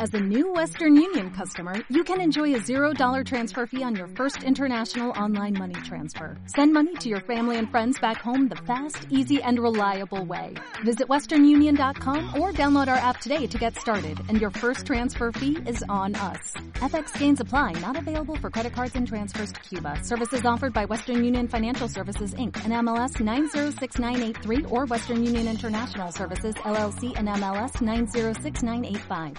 As a new Western Union customer, you can enjoy a $0 transfer fee on your first international online money transfer. Send money to your family and friends back home the fast, easy, and reliable way. Visit westernunion.com or download our app today to get started, and your first transfer fee is on us. FX gains apply, not available for credit cards and transfers to Cuba. Services offered by Western Union Financial Services, Inc., and MLS 906983, or Western Union International Services, LLC, and MLS 906985.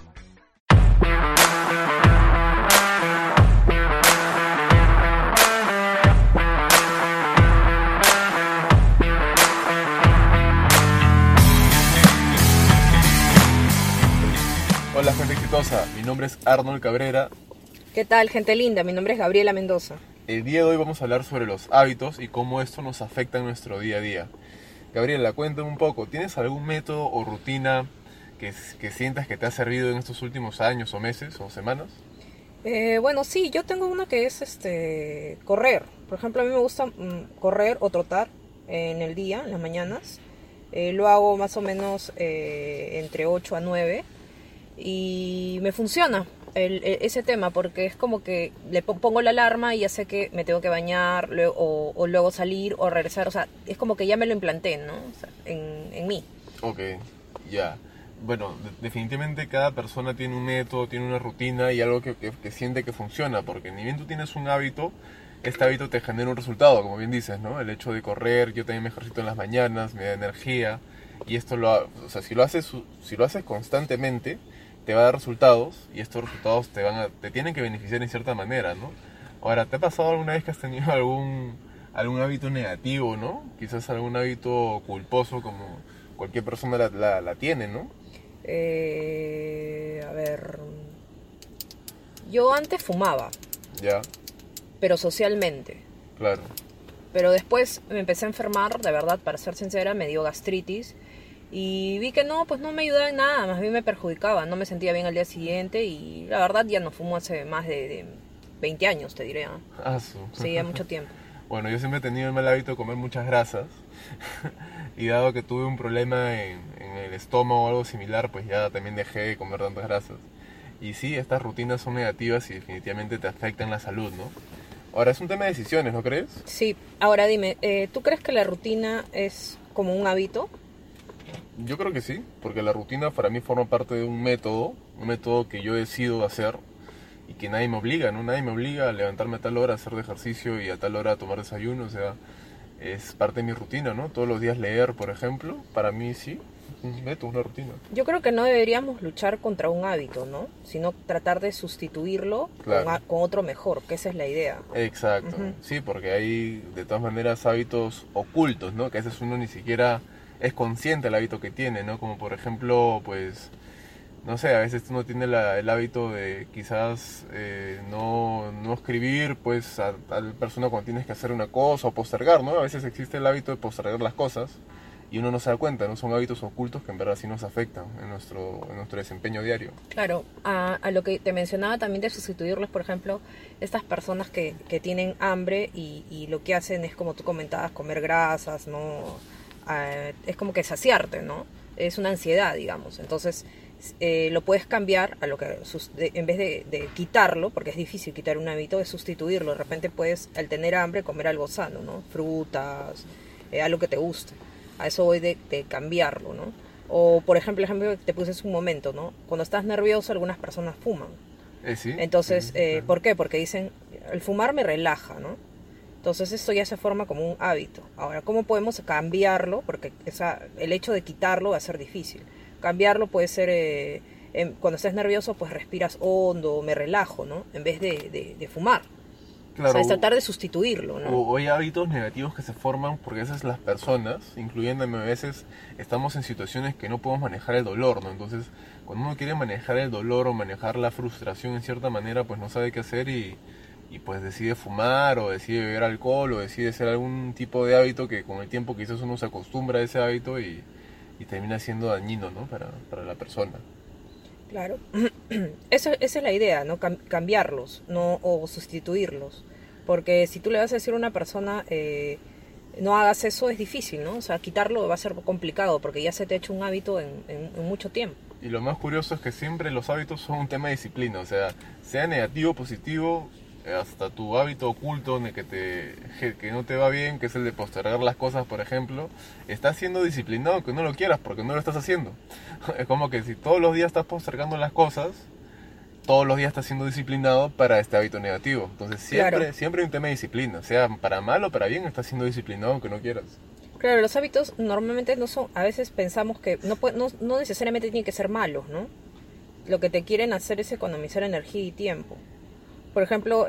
Hola gente exitosa, mi nombre es Arnold Cabrera. ¿Qué tal gente linda? Mi nombre es Gabriela Mendoza. El día de hoy vamos a hablar sobre los hábitos y cómo esto nos afecta en nuestro día a día. Gabriela, cuéntame un poco, ¿tienes algún método o rutina que sientas que te ha servido en estos últimos años o meses o semanas? Bueno, sí, yo tengo una que es correr. Por ejemplo, a mí me gusta correr o trotar en el día, en las mañanas. Lo hago más o menos entre 8 a 9 y me funciona ese tema, porque es como que le pongo la alarma y ya sé que me tengo que bañar o luego salir o regresar. O sea, es como que ya me lo implanté, ¿no? O sea, en mí. Ok, ya. Bueno, definitivamente cada persona tiene un método, tiene una rutina y algo que siente que funciona, porque ni bien tú tienes un hábito, este hábito te genera un resultado, como bien dices, ¿no? El hecho de correr, yo también me ejercito en las mañanas, me da energía, y esto o sea, si lo haces constantemente, te va a dar resultados, y estos resultados te tienen que beneficiar en cierta manera, ¿no? Ahora, ¿te ha pasado alguna vez que has tenido algún hábito negativo, ¿no? Quizás algún hábito culposo, como cualquier persona la tiene, ¿no? A ver, yo antes fumaba. Ya. Pero socialmente. Claro. Pero después me empecé a enfermar, de verdad, para ser sincera, me dio gastritis. Y vi que pues no me ayudaba en nada, más bien me perjudicaba. No me sentía bien al día siguiente y la verdad ya no fumo hace más de 20 años, te diré, ¿no? Sí, ya mucho tiempo. Bueno, yo siempre he tenido el mal hábito de comer muchas grasas. Y dado que tuve un problema en el estómago o algo similar, pues ya también dejé de comer tantas grasas. Y sí, estas rutinas son negativas y definitivamente te afectan la salud, ¿no? Ahora, es un tema de decisiones, ¿no crees? Sí. Ahora dime, ¿tú crees que la rutina es como un hábito? Yo creo que sí, porque la rutina para mí forma parte de un método que yo decido hacer y que nadie me obliga, ¿no? Nadie me obliga a levantarme a tal hora a hacer de ejercicio y a tal hora a tomar desayuno, o sea, es parte de mi rutina, ¿no? Todos los días leer, por ejemplo, para mí sí, un método, una rutina. Yo creo que no deberíamos luchar contra un hábito, ¿no? Sino tratar de sustituirlo, claro, con otro mejor, que esa es la idea. Exacto, sí, porque hay de todas maneras hábitos ocultos, ¿no? Que a veces uno ni siquiera es consciente del hábito que tiene, ¿no? Como por ejemplo, pues, no sé, a veces uno tiene el hábito de quizás no escribir, pues, a tal persona cuando tienes que hacer una cosa o postergar, ¿no? A veces existe el hábito de postergar las cosas y uno no se da cuenta, ¿no? Son hábitos ocultos que en verdad sí nos afectan en nuestro desempeño diario. Claro, a lo que te mencionaba también de sustituirlos, por ejemplo, estas personas que tienen hambre y lo que hacen es, como tú comentabas, comer grasas, ¿no? Es como que saciarte, ¿no? Es una ansiedad, digamos. Entonces, lo puedes cambiar a lo que en vez de quitarlo, porque es difícil quitar un hábito, es sustituirlo. De repente puedes, al tener hambre, comer algo sano, ¿no? Frutas, algo que te guste. A eso voy de cambiarlo, ¿no? O, por ejemplo, el ejemplo que te puse hace un momento, ¿no? Cuando estás nervioso, algunas personas fuman. ¿Sí? Entonces, ¿por qué? Porque dicen, el fumar me relaja, ¿no? Entonces esto ya se forma como un hábito. Ahora, ¿cómo podemos cambiarlo? Porque el hecho de quitarlo va a ser difícil. Cambiarlo puede ser, cuando estés nervioso, pues respiras hondo, me relajo, ¿no? En vez de fumar. Claro, o sea, es tratar de sustituirlo, ¿no? O hay hábitos negativos que se forman porque esas las personas, incluyéndome a veces, estamos en situaciones que no podemos manejar el dolor, ¿no? Entonces, cuando uno quiere manejar el dolor o manejar la frustración en cierta manera, pues no sabe qué hacer y pues decide fumar o decide beber alcohol o decide hacer algún tipo de hábito que con el tiempo quizás uno se acostumbra a ese hábito y termina siendo dañino, ¿no? para la persona. Claro, esa es la idea, ¿no? Cambiarlos, no, o sustituirlos, porque si tú le vas a decir a una persona no hagas eso, es difícil, ¿no? O sea, quitarlo va a ser complicado porque ya se te ha hecho un hábito en mucho tiempo. Y lo más curioso es que siempre los hábitos son un tema de disciplina, o sea, sea negativo o positivo, hasta tu hábito oculto que no te va bien, que es el de postergar las cosas, por ejemplo, estás siendo disciplinado aunque no lo quieras, porque no lo estás haciendo. Es como que si todos los días estás postergando las cosas, todos los días estás siendo disciplinado para este hábito negativo. Entonces siempre hay un tema de disciplina, sea para mal o para bien, estás siendo disciplinado aunque no quieras. Claro, los hábitos normalmente no son, a veces pensamos que no necesariamente tienen que ser malos, ¿no? Lo que te quieren hacer es economizar energía y tiempo. Por ejemplo,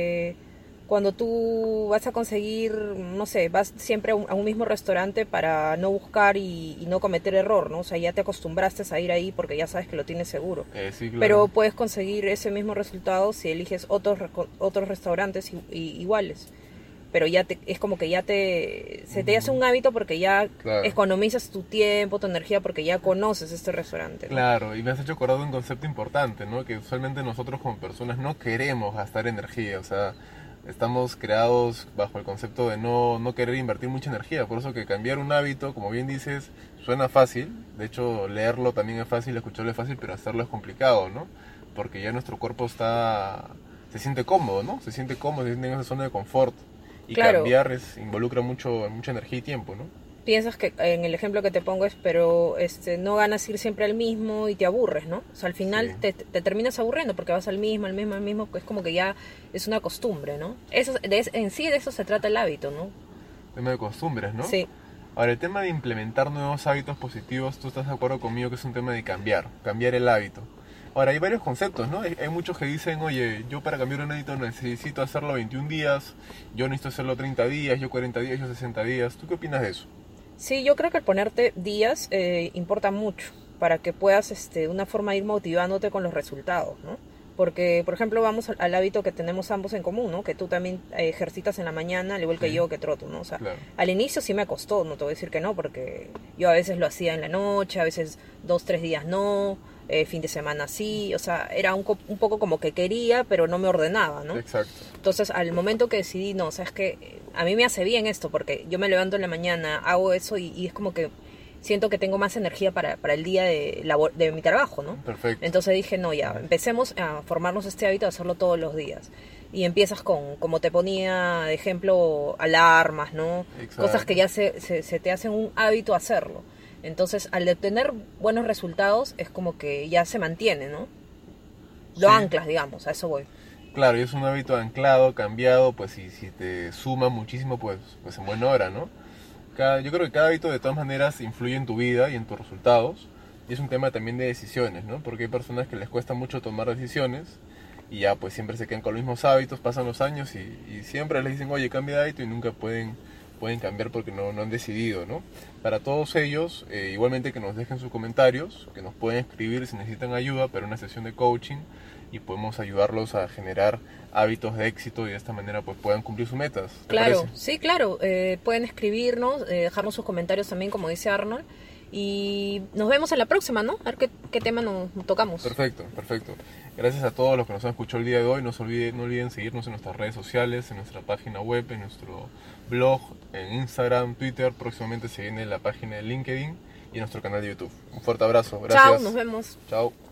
cuando tú vas a conseguir, no sé, vas siempre a un mismo restaurante para no buscar y no cometer error, ¿no? O sea, ya te acostumbraste a ir ahí porque ya sabes que lo tienes seguro. Sí, claro. Pero puedes conseguir ese mismo resultado si eliges otros restaurantes iguales. Pero es como que se te hace un hábito porque ya economizas tu tiempo, tu energía, porque ya conoces este restaurante, ¿no? Claro, y me has hecho acordar de un concepto importante, ¿no? Que usualmente nosotros como personas no queremos gastar energía, o sea, estamos creados bajo el concepto de no querer invertir mucha energía, por eso que cambiar un hábito, como bien dices, suena fácil, de hecho leerlo también es fácil, escucharlo es fácil, pero hacerlo es complicado, ¿no? Porque ya nuestro cuerpo se siente cómodo, ¿no? Se siente en esa zona de confort. Y claro, cambiar involucra mucha energía y tiempo, ¿no? Piensas que en el ejemplo que te pongo pero no ganas ir siempre al mismo y te aburres, ¿no? O sea, al final te terminas aburriendo porque vas al mismo, es como que ya es una costumbre, ¿no? En sí de eso se trata el hábito, ¿no? Tema de costumbres, ¿no? Sí. Ahora, el tema de implementar nuevos hábitos positivos, tú estás de acuerdo conmigo que es un tema de cambiar el hábito. Ahora, hay varios conceptos, ¿no? Hay muchos que dicen, oye, yo para cambiar un hábito necesito hacerlo 21 días, yo necesito hacerlo 30 días, yo 40 días, yo 60 días. ¿Tú qué opinas de eso? Sí, yo creo que el ponerte días importa mucho para que puedas de una forma ir motivándote con los resultados, ¿no? Porque, por ejemplo, vamos al hábito que tenemos ambos en común, ¿no? Que tú también ejercitas en la mañana, al igual que yo que troto, ¿no? O sea, claro. Al inicio sí me costó, no te voy a decir que no, porque yo a veces lo hacía en la noche, a veces 2-3 días no, fin de semana sí, o sea, era un poco como que quería, pero no me ordenaba, ¿no? Exacto. Entonces, al momento que decidí, no, o sea, es que a mí me hace bien esto, porque yo me levanto en la mañana, hago eso y es como que siento que tengo más energía para el día de mi trabajo, ¿no? Perfecto. Entonces dije, no, ya, empecemos a formarnos este hábito de hacerlo todos los días. Y empiezas como te ponía de ejemplo, alarmas, ¿no? Exacto. Cosas que ya se te hacen un hábito hacerlo. Entonces, al obtener buenos resultados, es como que ya se mantiene, ¿no? Lo anclas, digamos, a eso voy. Claro, y es un hábito anclado, cambiado, pues si te suma muchísimo, pues en buena hora, ¿no? Yo creo que cada hábito de todas maneras influye en tu vida y en tus resultados. Y es un tema también de decisiones, ¿no? Porque hay personas que les cuesta mucho tomar decisiones y ya pues siempre se quedan con los mismos hábitos, pasan los años y siempre les dicen, oye, cambia de hábito y nunca pueden cambiar porque no han decidido, ¿no? Para todos ellos, igualmente que nos dejen sus comentarios, que nos pueden escribir si necesitan ayuda para una sesión de coaching y podemos ayudarlos a generar hábitos de éxito y de esta manera pues puedan cumplir sus metas. Claro, parece? sí, claro. Pueden escribirnos, dejarnos sus comentarios también, como dice Arnold. Y nos vemos en la próxima, ¿no? A ver qué tema nos tocamos. Perfecto. Gracias a todos los que nos han escuchado el día de hoy. No olviden seguirnos en nuestras redes sociales, en nuestra página web, en nuestro blog, en Instagram, Twitter. Próximamente se viene la página de LinkedIn y nuestro canal de YouTube. Un fuerte abrazo. Gracias. Chao, nos vemos. Chao.